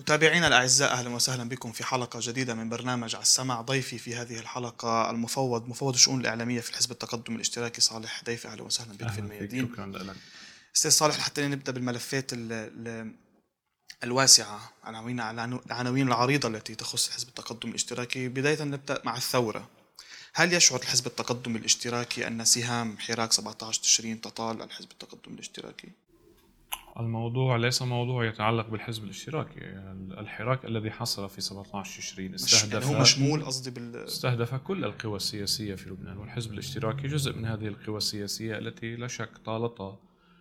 متابعينا الأعزاء، أهلا وسهلا بكم في حلقة جديدة من برنامج على السمع. ضيفي في هذه الحلقة مفوض الشؤون الإعلامية في الحزب التقدم الاشتراكي صالح ديفي. أهلا وسهلا بك في أهلا فيك، الميادين. شكرا لك. أستاذ صالح، حتى نبدأ بالملفات الواسعة، العناوين العريضة التي تخص الحزب التقدم الاشتراكي. بداية نبدأ مع الثورة. هل يشعر الحزب التقدم الاشتراكي أن سهام حراك 17 تشرين تطال الحزب التقدم الاشتراكي؟ الموضوع ليس موضوع يتعلق بالحزب الاشتراكي. الحراك الذي حصل في 17 تشرين هو مشمول قصدي استهدف كل القوى السياسية في لبنان، والحزب الاشتراكي جزء من هذه القوى السياسية التي لا شك طالتها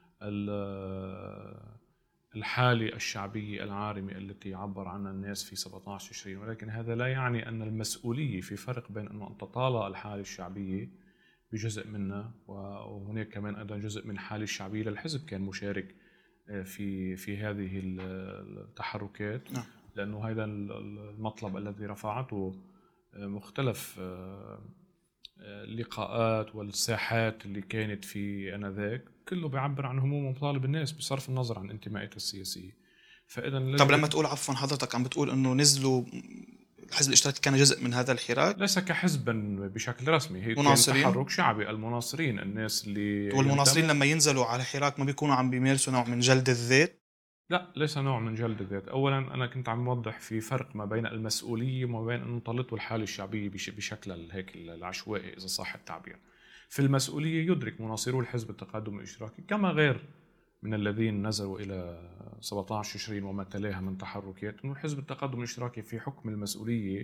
الحالة الشعبية العارمة التي عبر عنها الناس في 17 تشرين. ولكن هذا لا يعني أن المسؤولية، في فرق بين أن تطالع الحالة الشعبية بجزء منها، وهناك كمان أيضا جزء من الحالة الشعبية للحزب كان مشارك في هذه التحركات. لأنه هذا المطلب الذي رفعته مختلف اللقاءات والساحات اللي كانت في آنذاك كله بيعبر عن هموم ومطالب الناس بصرف النظر عن انتمائاتها السياسية. فإذا طب لما تقول عفوا حضرتك عم بتقول إنه نزلوا الحزب الاشتراكي كان جزء من هذا الحراك؟ ليس كحزبا بشكل رسمي، هي كان تحرك شعبي. المناصرين، الناس اللي والمناصرين لما ينزلوا على حراك ما بيكونوا عم بيمارسوا نوع من جلد الذات؟ لا، ليس نوع من جلد الذات. أولا أنا كنت عم موضح في فرق ما بين المسؤولية وما بين أن طلته الحالة الشعبية بشكل هيك العشوائي إذا صح التعبير. في المسؤولية يدرك مناصرو الحزب التقدم الاشتراكي كما غير من الذين نزلوا إلى 17 تشرين وما تلاها من تحركات أنه الحزب التقدم الاشتراكي في حكم المسؤولية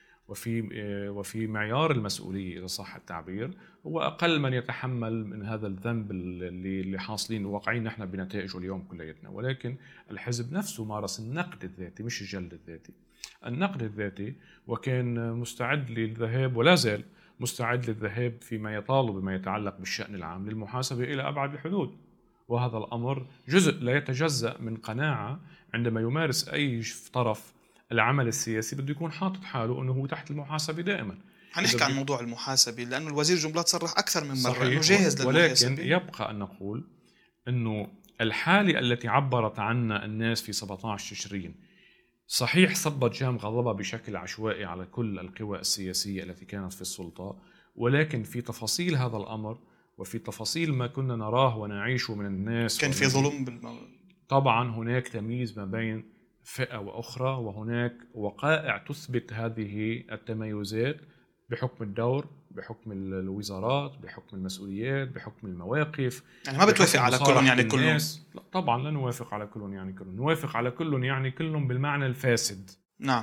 وفي معيار المسؤولية إذا صح التعبير هو أقل من يتحمل من هذا الذنب اللي حاصلين واقعين نحن بنتائجه اليوم كليتنا. ولكن الحزب نفسه مارس النقد الذاتي مش الجلد الذاتي، النقد الذاتي، وكان مستعد للذهاب ولا زال مستعد للذهاب فيما يطالب بما يتعلق بالشأن العام للمحاسبة إلى أبعد الحدود. وهذا الأمر جزء لا يتجزأ من قناعة عندما يمارس أي طرف العمل السياسي بده يكون حاطط حاله أنه هو تحت المحاسبة دائما. هنحكي عن موضوع المحاسبة لأنه الوزير جنبلاط صرح أكثر من مرة أنه جاهز للمحاسبة. ولكن يبقى أن نقول أنه الحالة التي عبرت عنها الناس في 17 تشرين صحيح صبت جام غضبها بشكل عشوائي على كل القوى السياسية التي كانت في السلطة، ولكن في تفاصيل هذا الأمر وفي تفاصيل ما كنا نراه ونعيشه من الناس كان في ظلم طبعا هناك تمييز ما بين فئة وأخرى، وهناك وقائع تثبت هذه التميزات بحكم الدور، بحكم الوزارات، بحكم المسؤوليات، بحكم المواقف. يعني ما بتوافق على كلهم يعني كلهم؟ لا طبعا لا نوافق على كلهم يعني كلهم، نوافق على كلهم يعني كلهم بالمعنى الفاسد. نعم،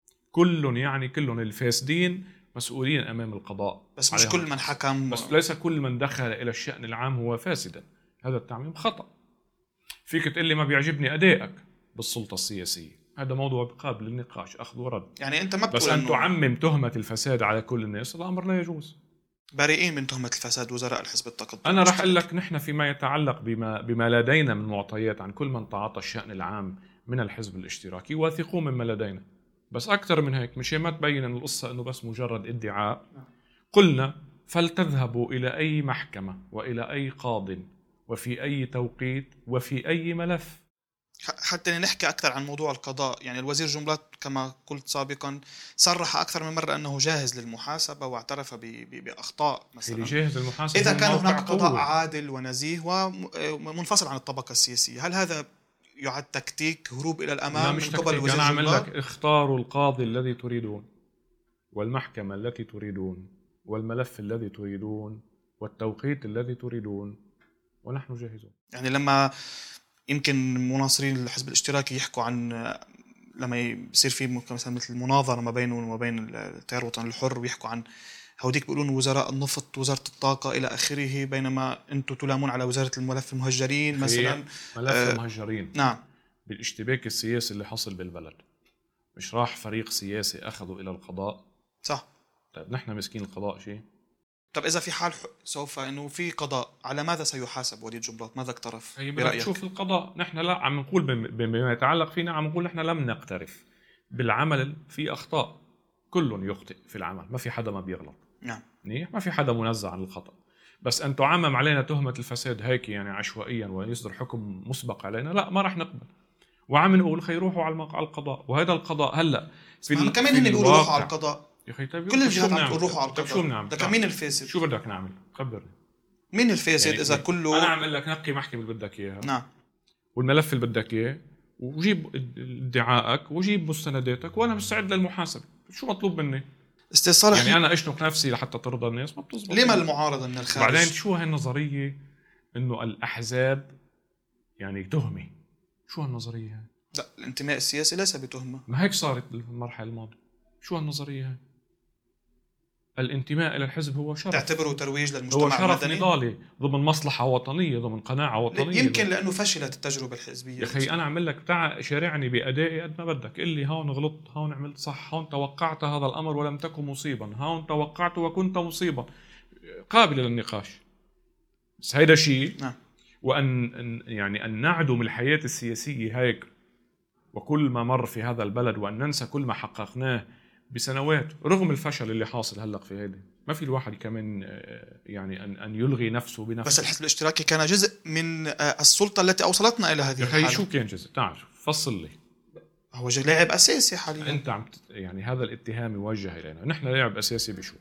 كلهم يعني كلهم الفاسدين مسؤولين أمام القضاء، بس مش كل من حكم، بس ليس كل من دخل إلى الشأن العام هو فاسدا. هذا التعميم خطأ. فيك تقول لي ما بيعجبني أدائك بالسلطة السياسية، هذا موضوع قابل للنقاش، أخذ ورد. يعني أنت ما بتقول بس أن تعمم تهمة الفساد على كل الناس، هذا أمر لا يجوز. بارئين من تهمة الفساد وزراء الحزب التقدم. أنا رح أقول لك نحن فيما يتعلق بما لدينا من معطيات عن كل من تعاطى الشأن العام من الحزب الاشتراكي واثقون مما لدينا، بس أكثر من هيك مش ما تبين أن القصة أنه بس مجرد ادعاء. قلنا فلتذهبوا إلى أي محكمة وإلى أي قاض وفي أي توقيت وفي أي ملف. حتى نحكي أكثر عن موضوع القضاء، يعني الوزير جنبلاط كما قلت سابقا صرح أكثر من مرة أنه جاهز للمحاسبة واعترف بأخطاء مثلا. جاهز للمحاسبة إذا كان هناك قضاء عادل ونزيه ومنفصل عن الطبقة السياسية، هل هذا يعد تكتيك هروب إلى الأمام من قبل الوزير جنبلاط؟ أنا أعمل لك اختاروا القاضي الذي تريدون والمحكمة التي تريدون والملف الذي تريدون والتوقيت الذي تريدون ونحن جاهزون. يعني لما يمكن مناصرين الحزب الاشتراكي يحكوا عن لما يصير في مثلا مثل مناظرة ما بينه وما بين التيار الوطني الحر ويحكوا عن هوديك بيقولون وزراء النفط وزارة الطاقة إلى آخره، بينما أنتم تلامون على وزارة الملف المهجرين مثلا. ملف المهجرين نعم، بالاشتباك السياسي اللي حصل بالبلد مش راح فريق سياسي أخذوا إلى القضاء؟ صح. طيب نحن مسكين القضاء شيء. طب إذا في حال سوف إنه في قضاء، على ماذا سيحاسب وليد جنبلاط؟ ماذا اقترف برأيك؟ شوف القضاء، نحن لا عم نقول بما يتعلق فينا، عم نقول نحن لم نقترف بالعمل، في أخطاء، كل يخطئ في العمل، ما في حدا ما بيغلط. نعم، ما في حدا منزه عن الخطأ، بس أن تعمم علينا تهمة الفساد هيك يعني عشوائيا ويصدر حكم مسبق علينا، لا ما رح نقبل. وعم نقول خي يروحوا على القضاء، وهذا القضاء هلا في كمان هن بيقولوا روحوا على القضاء. يا اخي طيب كل الجهات عم تقول روحوا على القضاء. شو بنعمل؟ ده مين الفاسد؟ شو بدك نعمل؟ خبرني مين الفاسد يعني اذا كله؟ انا اعمل لك نقي محكمه اللي بدك اياها، نعم، والملف اللي بدك اياه، وجيب ادعائك وجيب مستنداتك، وانا مستعد للمحاسبه. شو مطلوب مني؟ استاذ صالح، يعني انا اشنق نفسي لحتى ترضى الناس؟ ما بتزبط. ليه ما المعارضه من الخارج؟ بعدين شو هالنظريه انه الاحزاب يعني تهمه؟ شو هالنظريه هاي؟ لا، الانتماء السياسي ليس بتهمه. ما هيك صارت بالمرحله الماضيه. شو هالنظريه هاي؟ الانتماء الى الحزب هو شرف، تعتبره ترويج للمجتمع هو شرف المدني؟ نضالي ضمن مصلحه وطنيه، ضمن قناعه وطنيه. يمكن لانه فشلت التجربه الحزبيه. يا اخي انا اعمل لك بتاع شارعني بادائي قد ما بدك، اللي هون غلطت، هون عملت صح، هون توقعت هذا الامر ولم تكن مصيبا، هون توقعت وكنت مصيبا، قابل للنقاش. بس هيدا شيء. نعم. يعني أن نعدم الحياة السياسية هيك وكل ما مر في هذا البلد، وأن ننسى كل ما حققناه بسنوات رغم الفشل اللي حاصل هلق في هيدا. ما في الواحد كمان يعني أن يلغي نفسه بنفسه. بس الحزب الاشتراكي كان جزء من السلطة التي أوصلتنا إلى هذه الحالة. شو كان جزء؟ تعرف فصل لي. هو لاعب أساسي حاليا. أنت يعني هذا الاتهام يوجه إلينا، نحن لاعب أساسي بشو؟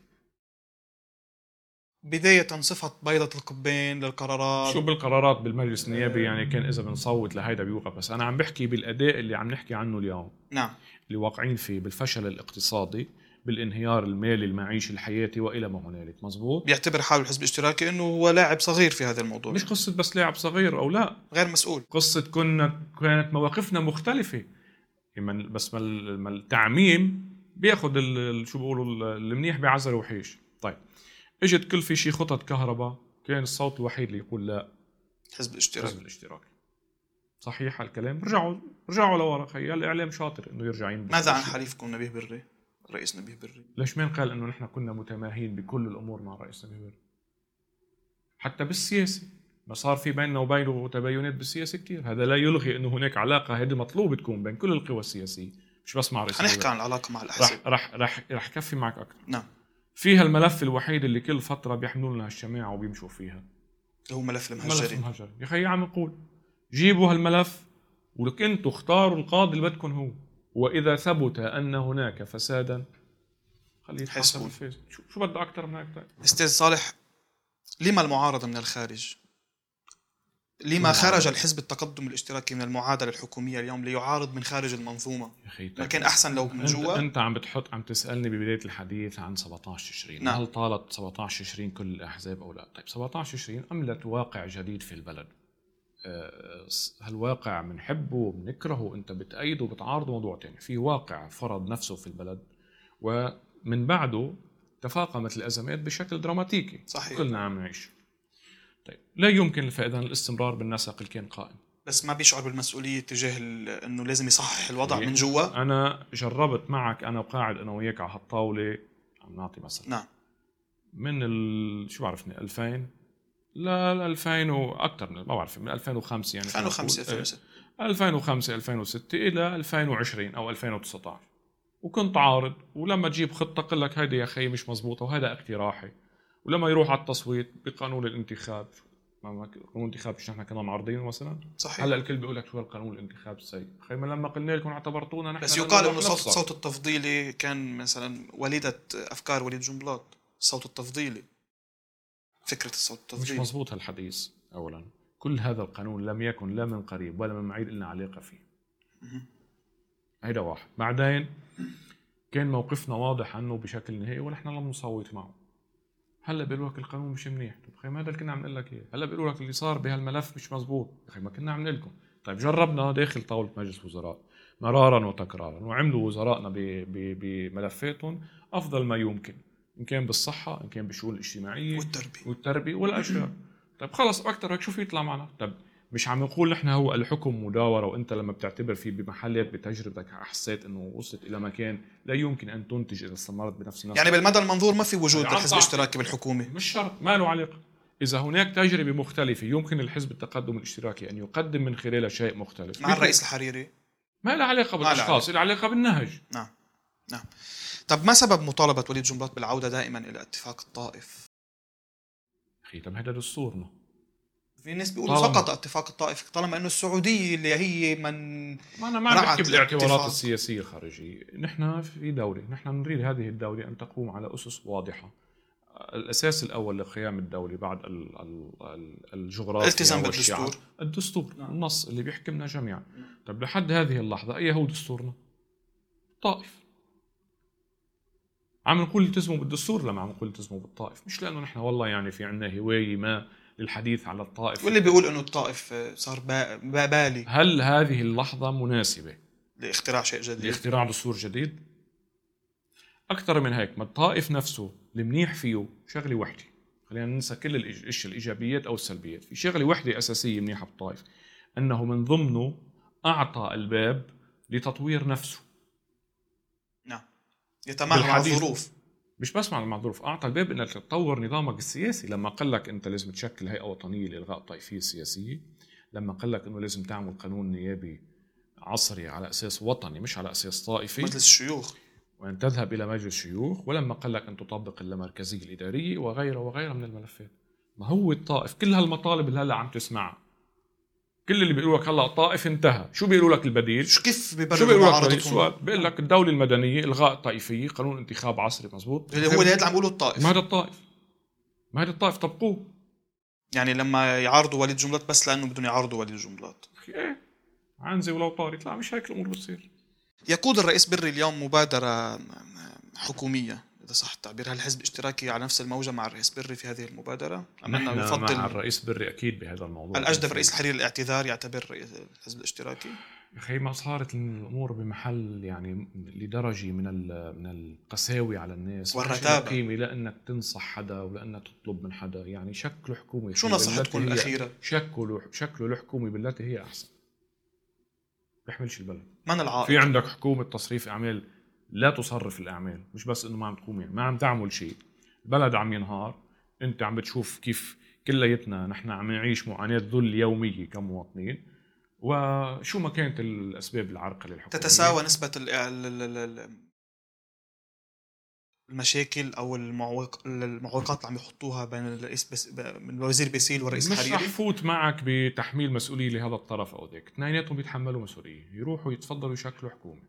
بداية صفة بيضة القبين للقرارات. شو بالقرارات بالمجلس النيابي؟ يعني كان إذا بنصوت لهيدا بيوقف. بس أنا عم بحكي بالأداء اللي عم نحكي عنه اليوم. نعم. اللي واقعين فيه بالفشل الاقتصادي، بالانهيار المالي المعيشي الحياتي وإلى ما هنالك. مزبوط. بيعتبر حاله الحزب الاشتراكي أنه هو لاعب صغير في هذا الموضوع. مش قصة بس لاعب صغير أو لا، غير مسؤول. قصة كانت مواقفنا مختلفة. بس ما التعميم بياخد شو بيقولوا المنيح بعزل وحيش. طيب اجت كل في شيء خطط كهرباء، كان الصوت الوحيد اللي يقول لا الحزب الاشتراكي. صحيح هالكلام؟ رجعوا لورا. خي الإعلام شاطر إنه يرجع ينبه. ماذا عن حليفكم نبيه بري، الرئيس نبيه بري؟ ليش مين قال إنه نحن كنا متماهين بكل الأمور مع الرئيس نبيه بري؟ حتى بالسياسة ما صار في بيننا وبينه تباينات بالسياسة كتير. هذا لا يلغي إنه هناك علاقة هذه مطلوب تكون بين كل القوى السياسية، مش بس مع الرئيس. هنحكي عن العلاقة مع الأحزاب. رح كفي معك أكثر. نعم. فيها الملف الوحيد اللي كل فترة بيحملوا لنا الشماعة وبيمشوا فيها، هو ملف المهجرين. يا خي عم نقول جيبوا هالملف ولك انتوا اختاروا القاضي اللي بدكم هو، واذا ثبت ان هناك فسادا خليه يتحاسب الفاسد. شو بده اكثر من هيك؟ استاذ صالح، لما المعارضة من الخارج؟ لما خرج الحزب التقدم الاشتراكي من المعادلة الحكومية اليوم ليعارض من خارج المنظومة؟ ما كان أحسن لو من جوا؟ أنت عم تسألني ببداية الحديث عن 17 تشرين. نعم. هل طالت 17 تشرين كل الأحزاب أو لا؟ طيب 17 تشرين عملت واقع جديد في البلد. هالواقع بنحبه بنكرهه، أنت بتأيده بتعارضه، موضوع تاني. في واقع فرض نفسه في البلد ومن بعده تفاقمت الأزمات بشكل دراماتيكي. صحيح. كلنا عم نعيش. طيب لا يمكن فإذا الاستمرار بالنسق اللي كان قائم. بس ما بيشعر بالمسؤولية تجاه انه لازم يصحح الوضع من جوا؟ انا جربت معك، انا وقاعد انا وياك على هالطاولة عم نعطي مثلا. نعم. من شو بعرفني 2000 لا 2000 واكثر من ما بعرف، من 2005 يعني 2005 2006 الى 2020 او 2019، وكنت عارض. ولما تجيب خطة قل لك هيدا يا اخي مش مزبوطة وهذا اقتراحي، ولما يروح على التصويت بقانون الانتخاب، قانون الانتخاب مش نحن كنا معارضين مثلا. صحيح. هلا الكل بيقول لك شو القانون الانتخاب السيء. خي ما لما قلنا لكم اعتبرتونا نحن. بس يقال انه صوت التفضيلي كان مثلا وليدة افكار وليد جنبلاط. الصوت التفضيلي، فكرة الصوت التفضيلي مش مزبوط هالحديث. اولا كل هذا القانون لم يكن لا من قريب ولا من بعيد لنا علاقة فيه. هيدا واحد. بعدين كان موقفنا واضح عنه بشكل نهائي ونحن لم نصوت معه. هلا بيقولوا لك القانون مش منيح. طيب اخي ما هذا اللي كنا عم نقول لك اياه. هلا بيقولوا لك اللي صار بهالملف مش مزبوط. اخي ما كنا عم نقول لكم. طيب جربنا داخل طاولة مجلس وزراء مرارا وتكرارا، وعملوا وزرائنا بملفاتهم افضل ما يمكن، ان كان بالصحة، ان كان بالشؤون الاجتماعية والتربية والاشياء. طيب خلص اكثر هيك شو في يطلع معنا؟ طيب مش عم نقول نحن هو الحكم مداورة، وانت لما بتعتبر فيه بمحلات بتجربتك حسيت انه وصلت الى مكان لا يمكن ان تنتج اذا استمرت بنفس النسق. يعني بالمدى المنظور ما في وجود للحزب الاشتراكي بالحكومة؟ مش شرط، ما له علاقة. اذا هناك تجربة مختلفة يمكن الحزب التقدم الاشتراكي ان يقدم من خلالها شيء مختلف. مع الرئيس الحريري ما له علاقة بالاشخاص، له علاقة بالنهج. نعم. طب ما سبب مطالبة وليد جنبلاط بالعودة دائما الى اتفاق الطائف؟ اخي طب هذا دستورنا، في ناس بيقولوا طالما سقط اتفاق الطائف طالما انه السعوديه اللي هي من ما أنا ما عم بحكي رعت بالاعتبارات الاتفاق. السياسية الخارجية. نحن في دولة، نحن نريد هذه الدولة أن تقوم على أسس واضحة. الأساس الأول لقيام الدولة بعد الجغرافيا الالتزام والشعب بالدستور. الدستور، النص اللي بيحكمنا جميعا. طيب لحد هذه اللحظة أي هو دستورنا؟ طائف. عم نقول التزموا بالدستور لما عم نقول التزموا بالطائف، مش لأنه نحن والله يعني في عنا هواية ما للحديث على الطائف. واللي بيقول انه الطائف صار بالي. هل هذه اللحظة مناسبة لاختراع شيء جديد؟ لاختراع دستور جديد؟ أكثر من هيك، ما الطائف نفسه المنيح فيه شغلة وحدة. خلينا ننسى كل الإيجابيات أو السلبيات. في شغلة وحدة أساسية منيحة بالطائف، أنه من ضمنه أعطى الباب لتطوير نفسه. نعم، يتماهى مع الظروف. مش بس مع الظروف، أعطى الباب إنك تطور نظامك السياسي. لما قال لك أنت لازم تشكل هيئة وطنية لإلغاء الطائفية السياسية، لما قال لك إنه لازم تعمل قانون نيابي عصري على أساس وطني مش على أساس طائفي، مجلس الشيوخ، وأن تذهب إلى مجلس الشيوخ، ولما قال لك أن تطبق اللامركزية الإدارية وغيره وغيره من الملفات. ما هو الطائف كل هالمطالب اللي هلا عم تسمعها، كل اللي بيقولوا لك هلا الطائف انتهى، شو بيقولوا لك البديل؟ كيف بيقولوا لك بيقول لك الدولة المدنية، إلغاء الطائفية، قانون انتخاب عصري. مزبوط، اللي هو اللي عم بيقولوا الطائف. ما هذا الطائف، ما هذا الطائف طبقوه. يعني لما يعارضوا وليد جملات بس لأنه بدهم يعارضوا وليد جملات، ايه عنزة ولو طارت. لا مش هيك الأمور بتصير. يقود الرئيس بري اليوم مبادرة حكومية إذا صح التعبير. هل الحزب الاشتراكي على نفس الموجة مع الرئيس بري في هذه المبادرة؟ نحن يفضل مع الرئيس بري أكيد بهذا الموضوع. الأجدب رئيس الحرير الاعتذار يعتبر رئيس الحزب الاشتراكي؟ أخي ما صارت الأمور بمحل يعني لدرجة من القساوة على الناس والرتابة، قيمة لأنك تنصح حدا ولأنك تطلب من حدا. يعني شكل حكومة، شو نصيحتكم الأخيرة؟ شكله الحكومة بالتي هي أحسن، بيحملش البلد. من العائق؟ في عندك حكومة تصريف أعمال لا تصرف الأعمال، مش بس إنه ما عم تقوم، يعني ما عم تعمل شيء، البلد عم ينهار. أنت عم بتشوف كيف كليتنا نحن عم نعيش معاناة ذل يومية كمواطنين. وشو ما كانت الأسباب العرقلة للحكومة، تتساوى نسبة المشاكل أو المعوقات اللي عم يحطوها بين الرئيس من الوزير باسيل والرئيس الحريري. مش رح فوت معك بتحميل مسؤولية لهذا الطرف أو ذاك، اثنيناتهم بيتحملوا مسؤولية، يروحوا يتفضلوا يشكلوا حكومة.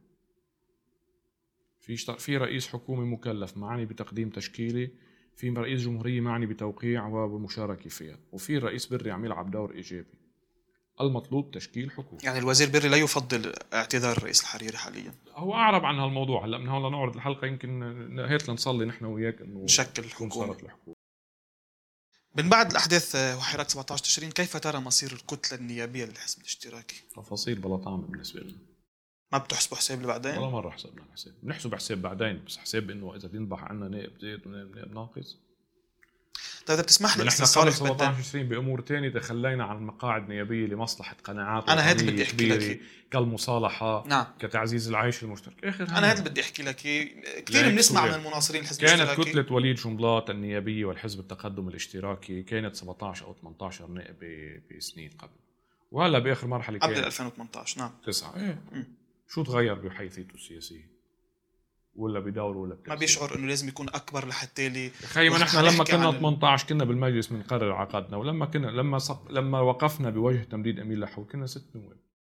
في رئيس حكومة مكلف معني بتقديم تشكيلة، في رئيس جمهورية معني بتوقيع ومشاركة فيها، وفي رئيس بري عم يلعب دور إيجابي. المطلوب تشكيل حكومة. يعني الوزير بري لا يفضل اعتذار الرئيس الحريري حاليا. هو أعرب عن هالموضوع. هلا من هون لنعرض الحلقة يمكن هيك لنصلي نحن وياك إنه نشكل الحكومة. الحكومة. من بعد الأحداث وحراك 17 تشرين، كيف ترى مصير الكتلة النيابية للحزب الاشتراكي؟ تفاصيل بلا طعم بالنسبة لنا. ما بتحسبوا حساب لبعدين؟ ولا مرة حسبنا حساب. بنحسب حساب بعدين، بس حساب إنه إذا بينضح عنا نائب زيد ونائب ناقص. طيب إذا بتسمح لي نحن قبل 17 تشرين بأمور تانية تخلينا عن مقاعد نيابية لمصلحة قناعات. أنا هذا بدي أحكي لك، كالمصالحة، نعم، كتعزيز العيش المشترك. أنا هذا بدي أحكي لك. كثير بنسمع من المناصرين الحزب الاشتراكي. الاشتراكي كانت كتلة وليد جملات النيابية والحزب التقدم الاشتراكي كانت 17 أو 18 نائب بسنين قبل، وهلا بآخر مرحلة قبل 2018 نعم 9. إيه شو تغير بحيثيته السياسية؟ ولا بدور ولا ما بيشعر انه لازم يكون اكبر لحتى لي. خي ما نحن لما كنا 18 كنا بالمجلس بنقرر عقدنا، ولما كنا لما وقفنا بوجه تمديد امين لحو كنا 6 نواب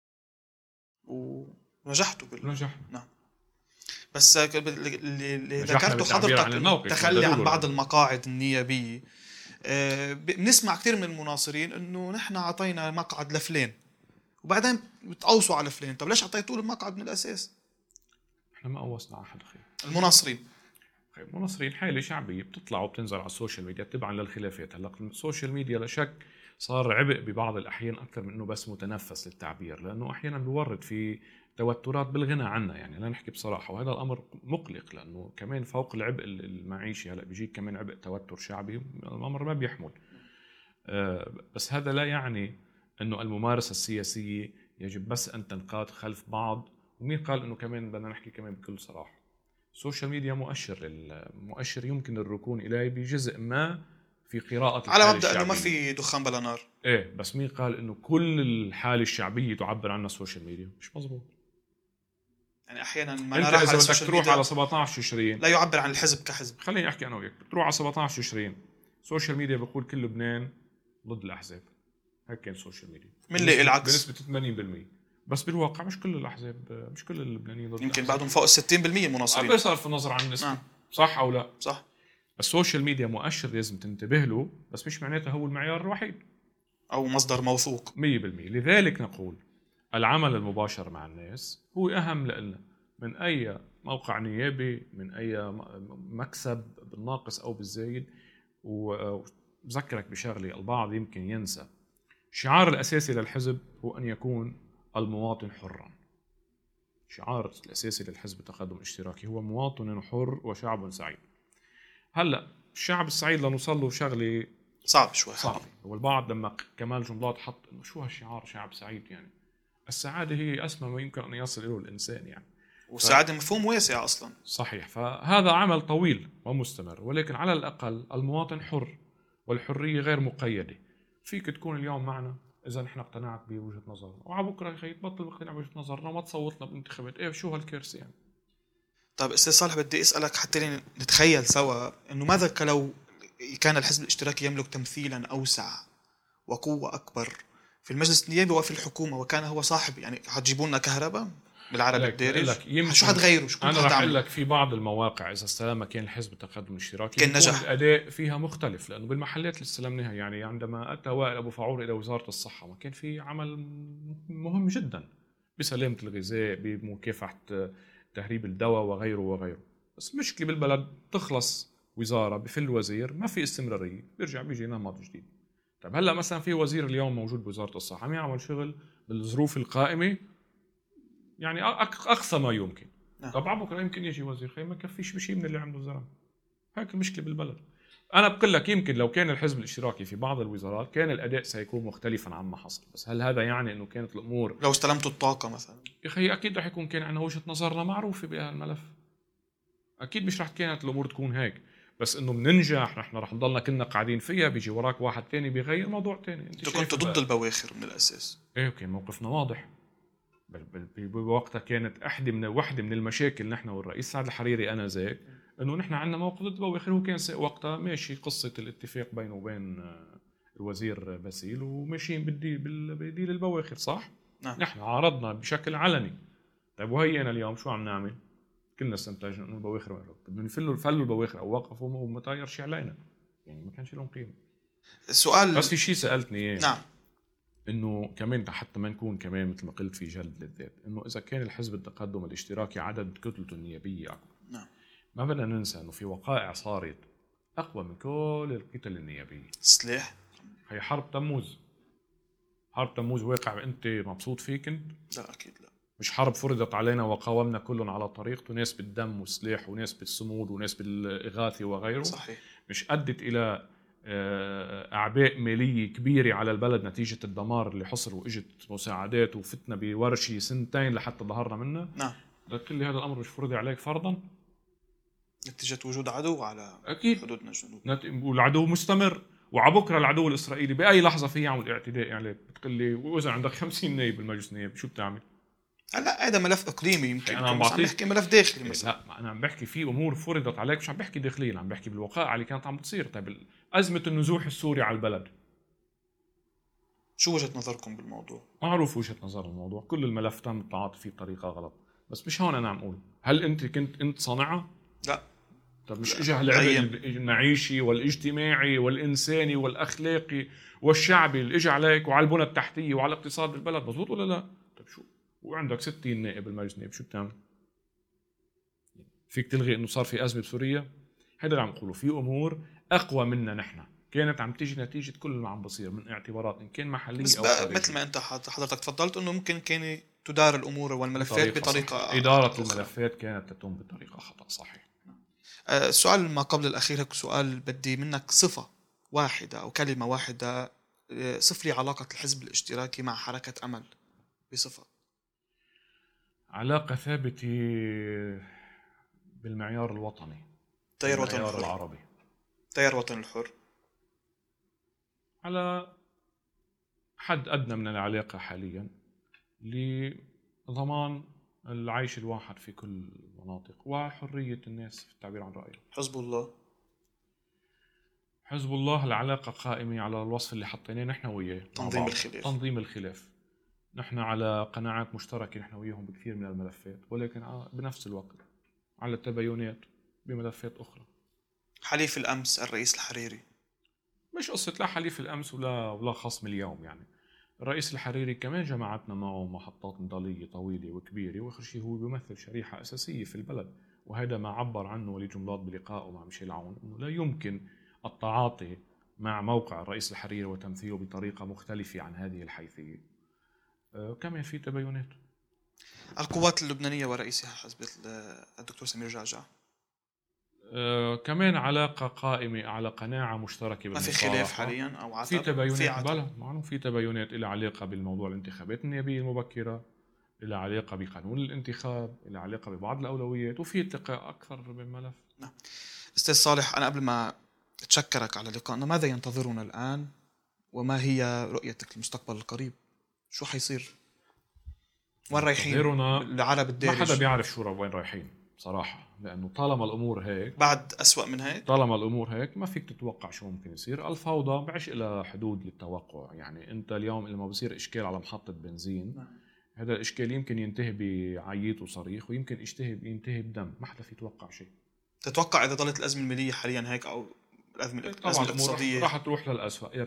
ونجحتوا نجحنا. نعم، بس اللي ذكرته حضرتك تخلي عن بعض المقاعد النيابية. بنسمع كثير من المناصرين انه نحن عطينا مقعد لفلان وبعدين بتقوصوا على فلان. طب ليش عطيتوا له المقعد من الاساس؟ احنا ما قوصنا على حدا. المناصرين المناصرين حالة شعبية بتطلع وبتنزل على السوشيال ميديا تبعا للخلافات. هلا السوشيال ميديا لا شك صار عبء ببعض الأحيان أكثر من إنه بس متنفس للتعبير، لأنه أحيانا بيورد في توترات بالغنى عنها. يعني لا نحكي بصراحة، وهذا الأمر مقلق لأنه كمان فوق العبء المعيشي هلا بيجيك كمان عبء توتر شعبي، الأمر ما بيحمل. بس هذا لا يعني إنه الممارسة السياسية يجب بس أن تنقاد خلف بعض. ومين قال إنه كمان بدنا نحكي كمان بكل صراحة، السوشيال ميديا مؤشر يمكن الركون إليه بجزء ما في قراءة على مبدأ إنه ما في دخان بلا نار. إيه بس مين قال إنه كل الحالة الشعبية تعبر عنها السوشيال ميديا؟ مش مزبوط. يعني أحيانا ما أنت إذا بدك تروح على 17 تشرين لا يعبر عن الحزب كحزب. خليني أحكي أنا وياك، بتروح على 17 تشرين السوشيال ميديا بقول كل لبنان ضد الأحزاب. هيك كان السوشيال ميديا بنلاقي العكس بنسبة 80%. بس بالواقع مش كل الأحزاب، مش كل اللبنانيين ضد يمكن بعدهم فوق 60% مناصرين. بصرف النظر عن النسبة. صح أو لا؟ صح. السوشيال ميديا مؤشر لازم تنتبه له، بس مش معناته هو المعيار الوحيد أو مصدر موثوق 100%. لذلك نقول العمل المباشر مع الناس هو أهم لنا من أي موقع نيابي، من أي مكسب بالناقص أو بالزايد. وبذكرك بشغلي البعض يمكن ينسى، الشعار الأساسي للحزب هو أن يكون المواطن حرا. شعار الأساسي للحزب التقدم الاشتراكي هو مواطن حر وشعب سعيد. هلأ الشعب السعيد لنوصل له شغلي صعب شوي. صعب. والبعض لما كمال جملات حط إنه شو هالشعار شعب سعيد، يعني السعادة هي أسمى ما يمكن أن يصل إليه الإنسان يعني. والسعادة مفهوم واسع أصلا. صحيح. فهذا عمل طويل ومستمر، ولكن على الأقل المواطن حر والحرية غير مقيدة. فيك تكون اليوم معنا إذا نحن اقتنعت بوجهة نظرنا، وعلى بكرة يا أخي تبطل مقتنع بوجهة نظرنا وما تصوتنا بالانتخابات. إيه شو هالكرسي يعني. طيب أستاذ صالح، بدي أسألك حتى نتخيل سوا إنه ماذا لو كان الحزب الاشتراكي يملك تمثيلا أوسع وقوة أكبر في المجلس النيابي وفي الحكومة، وكان هو صاحب، يعني حتجيبوا لنا كهرباء بالعربي الدارج، شو حتغيروا؟ شو أنا رح أقول لك في بعض المواقع إذا استلمها كان الحزب التقدم الاشتراكي كان نجح. الأداء فيها مختلف، لأنه بالمحلات اللي استلمناها يعني عندما أتى وائل أبو فعور إلى وزارة الصحة ما كان في عمل مهم جدا بسلامة الغذاء، بمكافحة تهريب الدواء وغيره وغيره. بس مشكلة بالبلد تخلص وزارة بفل وزير ما في استمرارية، بيرجع بيجي نمط جديد. طيب هلا مثلا في وزير اليوم موجود بوزارة الصحة عم يعمل شغل بالظروف القائمة يعني أقصى ما يمكن. طبعا بكرة يمكن يجي وزير خير ما يكفيش بشيء من اللي عنده الزلمة. هيك المشكلة بالبلد. أنا بقول لك يمكن لو كان الحزب الاشتراكي في بعض الوزارات كان الأداء سيكون مختلفا عما حصل، بس هل هذا يعني إنه كانت الأمور لو استلمتوا الطاقة مثلا؟ يا أخي أكيد رح يكون كان عندنا وجهة نظرنا معروفة بهالملف. أكيد مش رح كانت الأمور تكون هيك، بس إنه بننجح نحن رح نضلنا كلنا قاعدين فيها، بيجي وراك واحد تاني بيغير موضوع تاني. أنت كنت ضد البواخر من الأساس. إيه كان موقفنا واضح. بوقتها كانت واحدة من المشاكل نحن والرئيس سعد الحريري أنا ذاك إنه نحن عندنا موقف ضد البواخر. هو كان وقتها ماشي قصة الاتفاق بينه وبين الوزير باسيل وماشيين بديل البواخر صح؟ نحن عارضنا بشكل علني. طيب وهي أنا اليوم شو عم نعمل؟ كلنا استنتجنا إنه البواخر بدهم يفلوا البواخر أو وقفوا وما تغيرش علينا، يعني ما كانش لهم قيمة. السؤال بس في شيء سألتني إيه؟ نعم. انه كمان حتى ما نكون كمان مثل ما قلت في جلد للذات، انه اذا كان الحزب التقدم الاشتراكي عدد كتلته النيابيه اكبر، نعم، ما بدنا ننسى انه في وقائع صارت اقوى من كل الكتل النيابيه. سلاح هي حرب تموز. حرب تموز واقع انت مبسوط فيه كنت؟ لا اكيد لا. مش حرب فرضت علينا وقاومنا كلهم على طريقته، ناس بالدم والسلاح وناس بالصمود وناس بالاغاثه وغيره. صحيح. مش ادت الى أعباء مالية كبيرة على البلد نتيجة الدمار اللي حصل وإجت مساعدات وفتنا بورشي سنتين لحتى ظهرنا منها. نعم. قلت لي هذا الأمر مش فرضي عليك فرضا نتيجة وجود عدو على أكيد حدودنا الجنوبية، والعدو مستمر. وعبكرة العدو الإسرائيلي بأي لحظة فيه يعمل اعتداء عليك. بتقول لي وإذا عندك 50 نائب بالمجلس النيابي شو بتعمل؟ لا هذا ملف اقليمي يمكن. انا عم بحكي ملف داخلي مثلا. لا انا عم بحكي في امور فرضت عليك، مش عم بحكي داخليا، عم بحكي بالوقائع اللي كانت عم بتصير. طيب ازمه النزوح السوري على البلد شو وجهه نظركم بالموضوع؟ معروف وجهه نظر الموضوع، كل الملف تم التعاطي فيه بطريقه غلط. بس مش هون انا عم اقول هل انت كنت صانعها؟ لا. طب مش اجى العبء المعيشي والاجتماعي والانساني والاخلاقي والشعبي اللي اجى عليك وعلى البنى التحتيه وعلى الاقتصاد بالبلد، مزبوط ولا لا؟ طيب شو وعندك 60 نائب بالمجلس النيابي شو بتعمل؟ فيك تلغي انه صار في ازمه بسوريا؟ هذا اللي عم نقوله. في امور اقوى منا نحن كانت عم تيجي نتيجه كل اللي عم بصير من اعتبارات ان كان محليه بس او خارجيه. مثل ما انت حضرتك تفضلت انه ممكن كان تدار الامور والملفات بطريقه اداره الملفات كانت تتم بطريقه خطا. صحيح. السؤال ما قبل الاخير هيك سؤال بدي منك صفه واحده او كلمه واحده صف لي علاقه الحزب الاشتراكي مع حركه امل بصفه. علاقه ثابته بالمعيار الوطني، تيار وطن الحر العربي، تيار وطن الحر، على حد أدنى من العلاقة حاليا لضمان العيش الواحد في كل المناطق وحرية الناس في التعبير عن رأيهم. حزب الله حزب الله العلاقة قائمة على الوصف اللي حطيناه نحن وياه، تنظيم الخلاف. نحن على قناعات مشتركة نحن وياهم بكثير من الملفات، ولكن بنفس الوقت على التباينات بملفات أخرى. حليف الأمس الرئيس الحريري، مش قصة لا حليف الأمس ولا خصم اليوم. يعني الرئيس الحريري كمان جمعتنا معه محطات نضالية طويلة وكبيرة، وآخر شيء هو بيمثل شريحة أساسية في البلد، وهذا ما عبر عنه وليد جنبلاط بلقائه مع ميشيل عون، أنه لا يمكن التعاطي مع موقع الرئيس الحريري وتمثيله بطريقة مختلفة عن هذه الحيثية. كمان في تباينات. القوات اللبنانية ورئيسها حزب الدكتور سمير جعجع، كمان علاقة قائمة على قناعة مشتركة ما في خلاف حاليا أو عتب؟ في تباينات، بلا في تباينات إلى علاقة بالموضوع الانتخابات النيابية المبكرة، إلى علاقة بقانون الانتخاب، إلى علاقة ببعض الأولويات، وفي اتقاء أكثر من ملف. نعم. أستاذ صالح، أنا قبل ما أتشكرك على لقائنا، ماذا ينتظرنا الآن وما هي رؤيتك للمستقبل القريب؟ شو حيصير؟ وين رايحين العرب الدارج؟ ما حدا بيعرف شو وين رايحين صراحة، لأنه طالما الأمور هيك، بعد أسوأ من هيك، طالما الأمور هيك ما فيك تتوقع شو ممكن يصير. الفوضى بعيش إلى حدود للتوقع. يعني أنت اليوم لما بصير إشكال على محطة بنزين، هذا الإشكال يمكن ينتهي بعيط وصريخ، ويمكن ينتهي بدم، ما حدا في يتوقع شيء. تتوقع إذا ضلت الأزمة المالية حاليا هيك أو الأزمة الاقتصادية راح تروح للأسوأ، إلى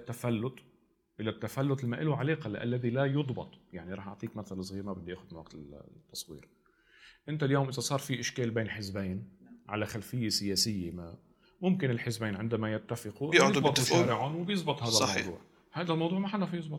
التفلت اللي ما له علاقة، الذي لا يضبط. يعني راح أعطيك مثل صغير ما بدي أخذ من وقت التصوير. أنت اليوم إذا صار في إشكال بين حزبين على خلفية سياسية ما، ممكن الحزبين عندما يتفقوا بيضبطوا شارعهم وبيزبط هذا صحيح. الموضوع. هذا الموضوع ما حدا فيه يزبط،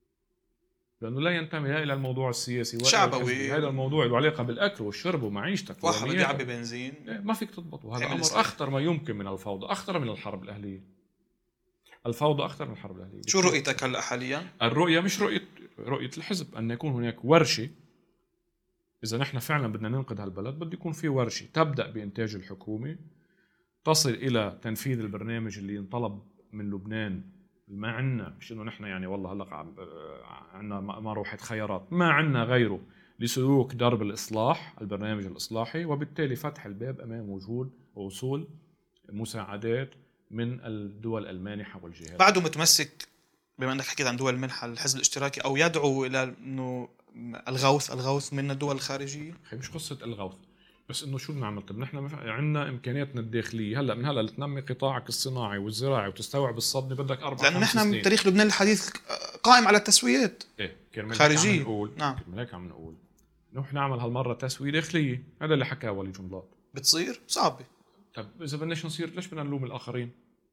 لأنه لا ينتمي لا إلى الموضوع السياسي ولا شعبوي. هذا الموضوع له علاقة بالأكل والشرب ومعيشتك، واحد بيعبي بنزين، ما فيك تضبطه. هذا أمر أخطر ما يمكن من الفوضى، أخطر من الحرب الأهلية. الفوضى أخطر من الحرب الأهلية. شو رؤيتك هلأ حاليا؟ الرؤية مش رؤية الحزب، أن يكون هناك ورشة. إذا نحن فعلا بدنا ننقذ هالبلد، بده يكون في ورشة تبدأ بإنتاج الحكومة، تصل إلى تنفيذ البرنامج اللي ينطلب من لبنان. ما عنا، مش إنه نحن يعني والله هلأ عنا ما روحة خيارات، ما عنا غيره لسلوك درب الإصلاح، البرنامج الإصلاحي، وبالتالي فتح الباب أمام وجود ووصول مساعدات من الدول المانحة والجهات. بعده متمسك، بما أنك حكيت عن دول المنحة، الحزب الاشتراكي، أو يدعو إلى إنه الغوث من الدول الخارجية؟ مش قصة الغوث، بس إنه شو بنعمل؟ طب نحن عندنا إمكانياتنا الداخلية هلأ، من هلأ لتنمي قطاعك الصناعي والزراعي وتستوعب الصدمة بدك 4-5 سنين. لأنه نحن من تاريخ لبنان الحديث قائم على التسويات خارجية. نعم. كرمالك عم نقول نحن نعمل هالمرة تسوية داخلية. هذا اللي حكاه وليد جنبلاط. بتصير صعبة. طب إذا بدناش نصير، ليش بدنا نلوم الآخرين؟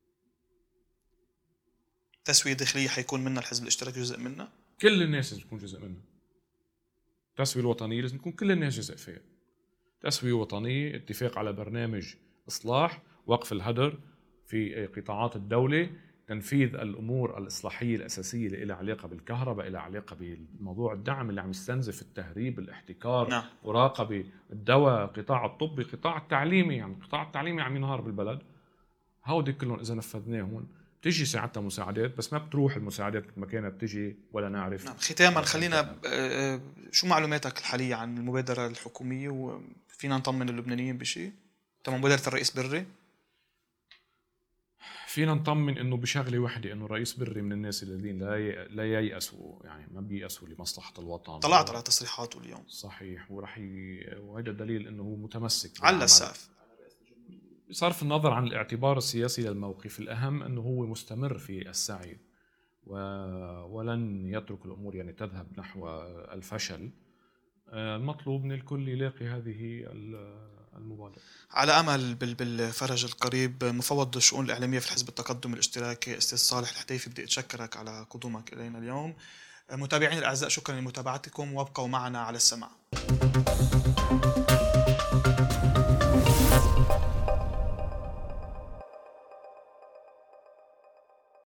تسوية داخلية حيكون منها الحزب الاشتراكي جزء منها، كل الناس لازم تكون جزء منها. التسوية الوطنية لازم تكون كل الناس جزء فيها. تسوية وطنية، اتفاق على برنامج إصلاح، وقف الهدر في قطاعات الدولة، تنفيذ الأمور الإصلاحية الأساسية اللي لها علاقة بالكهرباء، لها علاقة بالموضوع الدعم اللي عم يستنزف التهريب، الاحتكار، نعم. مراقبة الدواء، قطاع الطبي، قطاع التعليمي. يعني قطاع التعليمي عم ينهار بالبلد. هودي كلهم إذا نفذناهم تجي ساعتها مساعدات، بس ما بتروح المساعدات ما كانت تجي ولا نعرف. نعم. ختاما خلينا شو معلوماتك الحالية عن المبادرة الحكومية، وفينا نطمن اللبنانيين بشيء تمام مبادرة الرئيس بري؟ فينا نطمن انه بشغله وحده، انه الرئيس بري من الناس الذين لا ييأسوا، يعني ما بييأسوا لمصلحة الوطن. طلعت على تصريحاته اليوم. صحيح، وهذا دليل انه هو متمسك على السقف. بصرف النظر عن الاعتبار السياسي للموقف، الأهم أنه هو مستمر في السعي ولن يترك الأمور يعني تذهب نحو الفشل. المطلوب من الكل يلاقي هذه المبادرة. على أمل بالفرج القريب. مفوض الشؤون الإعلامية في الحزب التقدم الاشتراكي أستاذ صالح الحديفي، بدي أتشكرك على قدومك إلينا اليوم. متابعين الأعزاء، شكرا لمتابعتكم، وابقوا معنا على السمع.